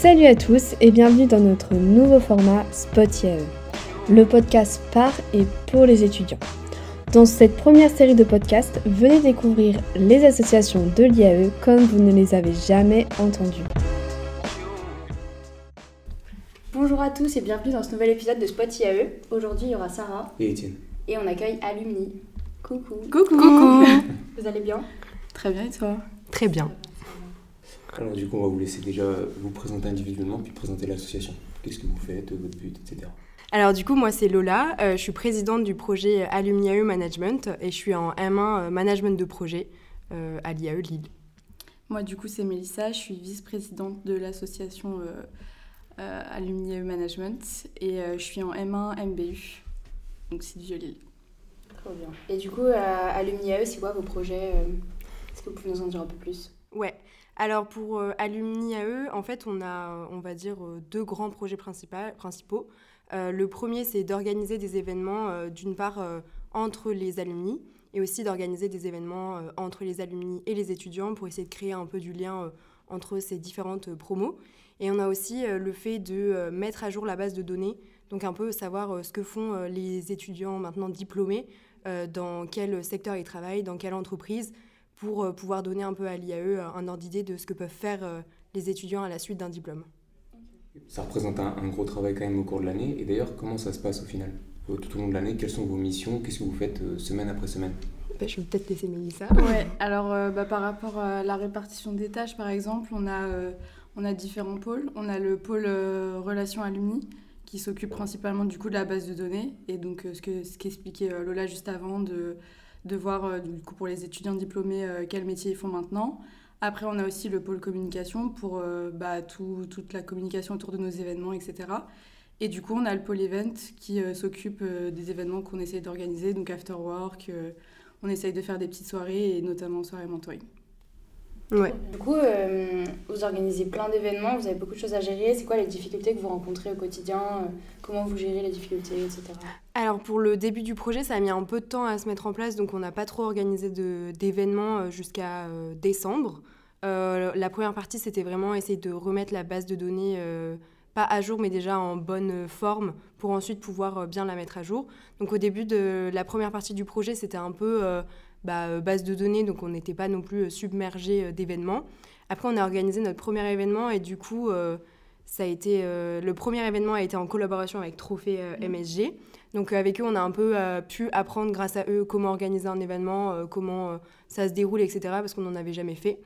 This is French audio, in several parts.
Salut à tous et bienvenue dans notre nouveau format Spot IAE, le podcast par et pour les étudiants. Dans cette première série de podcasts, venez découvrir les associations de l'IAE comme vous ne les avez jamais entendues. Bonjour à tous et bienvenue dans ce nouvel épisode de Spot IAE. Aujourd'hui, il y aura Sarah et Étienne. Et on accueille Alumni. Coucou. Coucou. Vous allez bien ? Très bien et toi ? Très bien. Alors du coup, on va vous laisser déjà vous présenter individuellement, puis présenter l'association. Qu'est-ce que vous faites, votre but, etc. Alors du coup, moi c'est Lola, je suis présidente du projet Alumni IAE Management et je suis en M1 Management de projet à l'IAE Lille. Moi du coup c'est Mélissa, je suis vice-présidente de l'association Alumni IAE Management et je suis en M1 MBU, donc c'est du Lille. Trop bien. Et du coup, Alumni IAE, c'est quoi vos projets Est-ce que vous pouvez nous en dire un peu plus ? Ouais. Alors pour Alumni IAE, en fait on a, on va dire, deux grands projets principaux. Le premier c'est d'organiser des événements d'une part entre les alumni et aussi d'organiser des événements entre les alumni et les étudiants pour essayer de créer un peu du lien entre ces différentes promos. Et on a aussi le fait de mettre à jour la base de données, donc un peu savoir ce que font les étudiants maintenant diplômés, dans quel secteur ils travaillent, dans quelle entreprise, pour pouvoir donner un peu à l'IAE un ordre d'idée de ce que peuvent faire les étudiants à la suite d'un diplôme. Ça représente un gros travail quand même au cours de l'année. Et d'ailleurs, comment ça se passe au final ? Tout au long de l'année, quelles sont vos missions ? Qu'est-ce que vous faites semaine après semaine ? Je vais peut-être laisser Mélissa. Ouais, alors par rapport à la répartition des tâches, par exemple, on a différents pôles. On a le pôle relations alumni qui s'occupe principalement du coup de la base de données. Et donc ce qu'expliquait Lola juste avant, de voir du coup pour les étudiants diplômés quel métier ils font maintenant. Après, on a aussi le pôle communication pour toute la communication autour de nos événements, etc. Et du coup, on a le pôle event qui s'occupe des événements qu'on essaye d'organiser, donc after work, on essaye de faire des petites soirées et notamment soirées mentoring. Ouais. Du coup, vous organisez plein d'événements, vous avez beaucoup de choses à gérer. C'est quoi les difficultés que vous rencontrez au quotidien ? Comment vous gérez les difficultés, etc. Alors pour le début du projet, ça a mis un peu de temps à se mettre en place, donc on n'a pas trop organisé d'événements jusqu'à décembre. La première partie, c'était vraiment essayer de remettre la base de données, pas à jour, mais déjà en bonne forme, pour ensuite pouvoir bien la mettre à jour. Donc au début de la première partie du projet, c'était un peu base de données, donc on n'était pas non plus submergé d'événements. Après, on a organisé notre premier événement et du coup, ça a été, le premier événement a été en collaboration avec Trophée MSG. Donc avec eux, on a un peu pu apprendre grâce à eux comment organiser un événement, comment ça se déroule, etc. parce qu'on n'en avait jamais fait.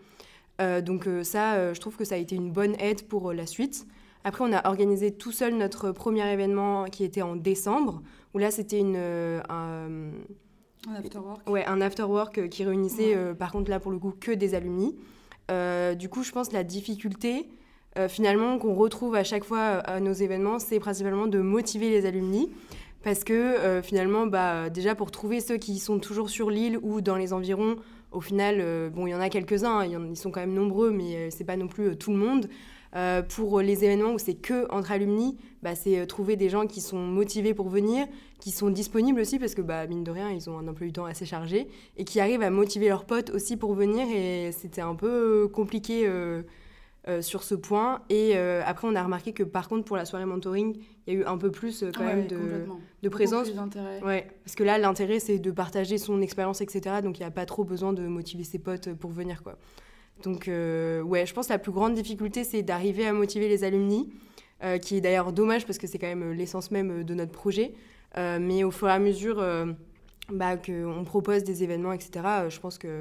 Je trouve que ça a été une bonne aide pour la suite. Après, on a organisé tout seul notre premier événement qui était en décembre, où là, c'était un afterwork. Ouais, un afterwork qui réunissait, par contre, là, pour le coup, que des alumni. Du coup, je pense que la difficulté, finalement, qu'on retrouve à chaque fois à nos événements, c'est principalement de motiver les alumni. Parce que finalement, déjà pour trouver ceux qui sont toujours sur l'île ou dans les environs, au final, il y en a quelques-uns, ils sont quand même nombreux, mais c'est pas non plus tout le monde. Pour les événements où c'est que entre alumni, c'est trouver des gens qui sont motivés pour venir, qui sont disponibles aussi, parce que mine de rien, ils ont un emploi du temps assez chargé, et qui arrivent à motiver leurs potes aussi pour venir, et c'était un peu compliqué sur ce point. Et après, on a remarqué que par contre, pour la soirée mentoring, il y a eu un peu plus quand même de présence. Plus d'intérêt. Ouais, parce que là, l'intérêt, c'est de partager son expérience, etc. Donc, il n'y a pas trop besoin de motiver ses potes pour venir, quoi. Donc, je pense que la plus grande difficulté, c'est d'arriver à motiver les alumni, qui est d'ailleurs dommage parce que c'est quand même l'essence même de notre projet. Mais au fur et à mesure qu'on propose des événements, etc., je pense que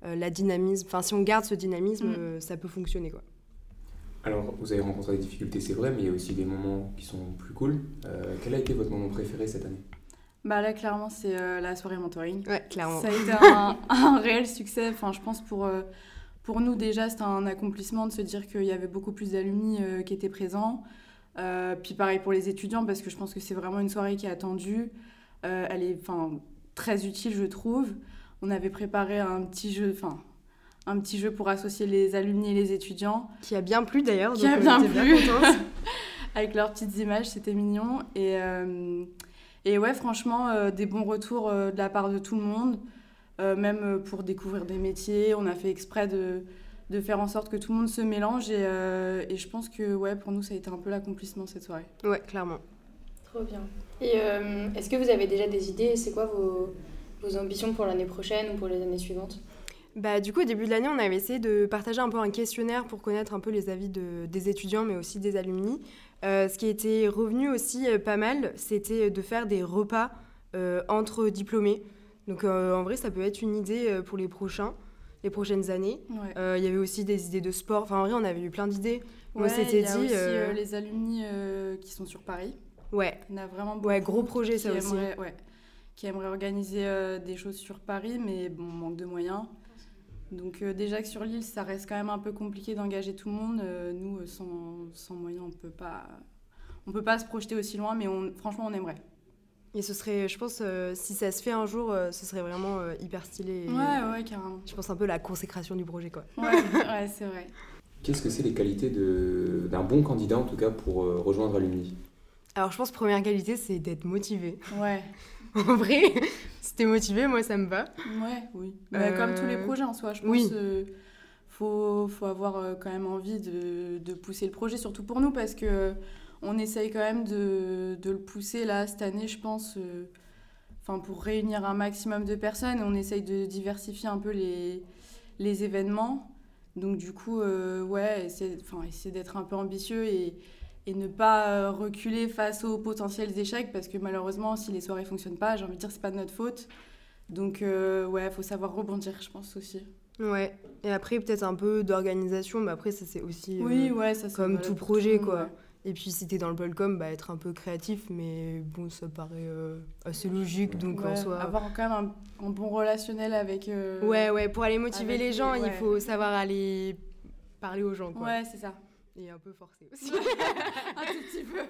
si on garde ce dynamisme, ça peut fonctionner, quoi. Alors, vous avez rencontré des difficultés, c'est vrai, mais il y a aussi des moments qui sont plus cool. Quel a été votre moment préféré cette année ? Là, clairement, c'est la soirée mentoring. Ouais, clairement. Ça a été un réel succès. Enfin, je pense pour nous, déjà, c'était un accomplissement de se dire qu'il y avait beaucoup plus d'alumni qui étaient présents. Puis pareil pour les étudiants, parce que je pense que c'est vraiment une soirée qui est attendue. Elle est très utile, je trouve. On avait préparé un petit jeu pour associer les alumni et les étudiants. Qui a bien plu d'ailleurs. Qui a bien plu. Avec leurs petites images, c'était mignon. Et ouais, franchement, des bons retours de la part de tout le monde. Même pour découvrir des métiers, on a fait exprès de faire en sorte que tout le monde se mélange. Et je pense que pour nous, ça a été un peu l'accomplissement cette soirée. Ouais, clairement. Trop bien. Et est-ce que vous avez déjà des idées? C'est quoi vos ambitions pour l'année prochaine ou pour les années suivantes? Du coup, au début de l'année, on avait essayé de partager un peu un questionnaire pour connaître un peu les avis des étudiants, mais aussi des alumni. Ce qui était revenu aussi pas mal, c'était de faire des repas entre diplômés. Donc en vrai, ça peut être une idée pour les prochaines années. Il y avait aussi des idées de sport. Enfin, en vrai, on avait eu plein d'idées. On s'était dit... Il y a aussi les alumni qui sont sur Paris. Ouais. On a vraiment beaucoup. Ouais, gros projet, ça aussi. Qui aimeraient organiser des choses sur Paris, mais bon, manque de moyens. Donc déjà que sur l'île, ça reste quand même un peu compliqué d'engager tout le monde. Nous, sans moyens, on peut pas se projeter aussi loin, mais franchement, on aimerait. Et ce serait, je pense, si ça se fait un jour, ce serait vraiment hyper stylé. Ouais, carrément. Je pense un peu la consécration du projet, quoi. Ouais, c'est vrai. Qu'est-ce que c'est les qualités d'un bon candidat, en tout cas, pour rejoindre Alumni? Alors, je pense que première qualité, c'est d'être motivé. Ouais. En vrai, si t'es motivé, moi, ça me va. Oui. Comme tous les projets en soi, je pense faut avoir quand même envie de pousser le projet, surtout pour nous, parce que on essaye quand même de le pousser là cette année, je pense, pour réunir un maximum de personnes. On essaye de diversifier un peu les événements. Donc du coup, essayer d'être un peu ambitieux et ne pas reculer face aux potentiels échecs, parce que malheureusement, si les soirées fonctionnent pas, j'ai envie de dire, c'est pas de notre faute. Donc faut savoir rebondir, je pense aussi. Ouais, et après peut-être un peu d'organisation, mais après ça c'est aussi ça, comme tout projet, quoi. Ouais. Et puis si t'es dans le Polcom, être un peu créatif, mais bon, ça paraît assez logique, donc en soi... Avoir quand même un bon relationnel avec... Ouais, pour aller motiver les gens, il faut savoir aller parler aux gens, quoi. Ouais, c'est ça. Et un peu forcer aussi. Un tout petit peu.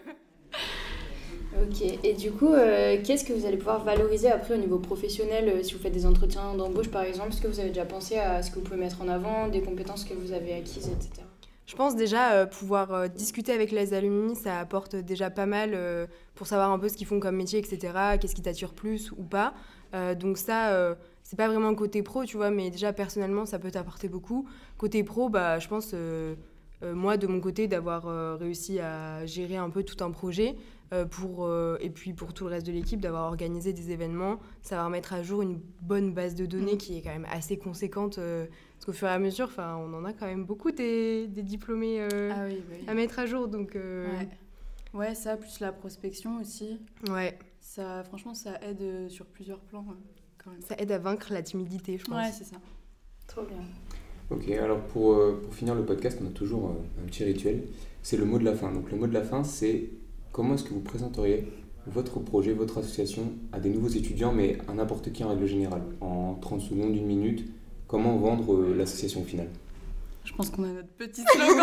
Ok, et du coup, qu'est-ce que vous allez pouvoir valoriser après au niveau professionnel, si vous faites des entretiens d'embauche par exemple? Est-ce que vous avez déjà pensé à ce que vous pouvez mettre en avant, des compétences que vous avez acquises, etc.? Je pense déjà pouvoir discuter avec les alumni, ça apporte déjà pas mal pour savoir un peu ce qu'ils font comme métier, etc. Qu'est-ce qui t'attire plus ou pas. Donc ça, c'est pas vraiment le côté pro, tu vois, mais déjà personnellement, ça peut t'apporter beaucoup. Côté pro, je pense... moi, de mon côté, d'avoir réussi à gérer un peu tout un projet et puis pour tout le reste de l'équipe, d'avoir organisé des événements, savoir mettre à jour une bonne base de données qui est quand même assez conséquente. Parce qu'au fur et à mesure, on en a quand même beaucoup des diplômés à mettre à jour. Donc, Ouais, ça, plus la prospection aussi. Ouais. Ça, franchement, ça aide sur plusieurs plans quand même. Ça aide à vaincre la timidité, je pense. Ouais, c'est ça. Trop bien. Ok, alors pour finir le podcast, on a toujours un petit rituel, c'est le mot de la fin. Donc le mot de la fin, c'est comment est-ce que vous présenteriez votre projet, votre association à des nouveaux étudiants, mais à n'importe qui en règle générale, en 30 secondes, 1 minute, comment vendre l'association au final? Je pense qu'on a notre petit slogan.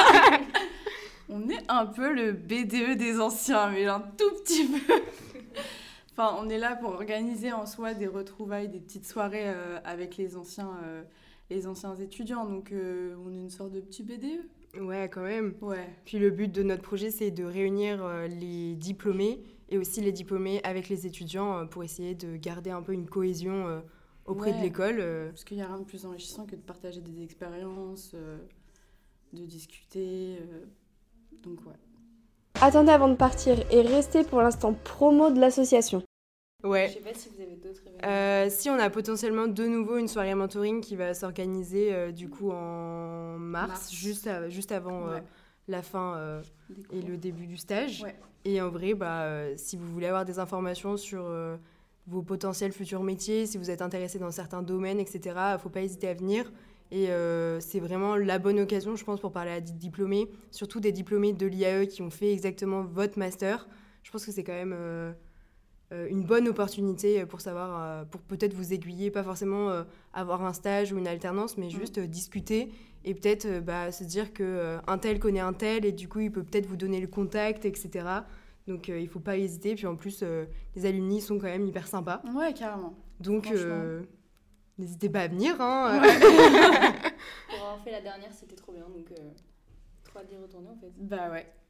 On est un peu le BDE des anciens, mais un tout petit peu. On est là pour organiser en soi des retrouvailles, des petites soirées avec les anciens étudiants, donc on est une sorte de petit BDE. Ouais, quand même. Ouais. Puis le but de notre projet, c'est de réunir les diplômés et aussi les diplômés avec les étudiants pour essayer de garder un peu une cohésion auprès de l'école. Parce qu'il n'y a rien de plus enrichissant que de partager des expériences, de discuter, donc ouais. Attendez avant de partir et restez pour l'instant promo de l'association. Ouais. Je sais pas si vous avez d'autres événements. Si on a potentiellement de nouveau une soirée mentoring qui va s'organiser du coup en mars. juste avant la fin et le début du stage. Ouais. Et en vrai, si vous voulez avoir des informations sur vos potentiels futurs métiers, si vous êtes intéressé dans certains domaines, etc., faut pas hésiter à venir. Et c'est vraiment la bonne occasion, je pense, pour parler à des diplômés, surtout des diplômés de l'IAE qui ont fait exactement votre master. Je pense que c'est quand même... une bonne opportunité pour savoir, pour peut-être vous aiguiller, pas forcément avoir un stage ou une alternance, mais juste discuter et peut-être se dire qu'un tel connaît un tel et du coup il peut peut-être vous donner le contact, etc. Donc il faut pas hésiter. Puis en plus, les alumni sont quand même hyper sympas. Ouais, carrément. Donc n'hésitez pas à venir. Hein. Pour avoir fait la dernière, c'était trop bien, donc trop hâte d'y retourner en fait. Bah ouais.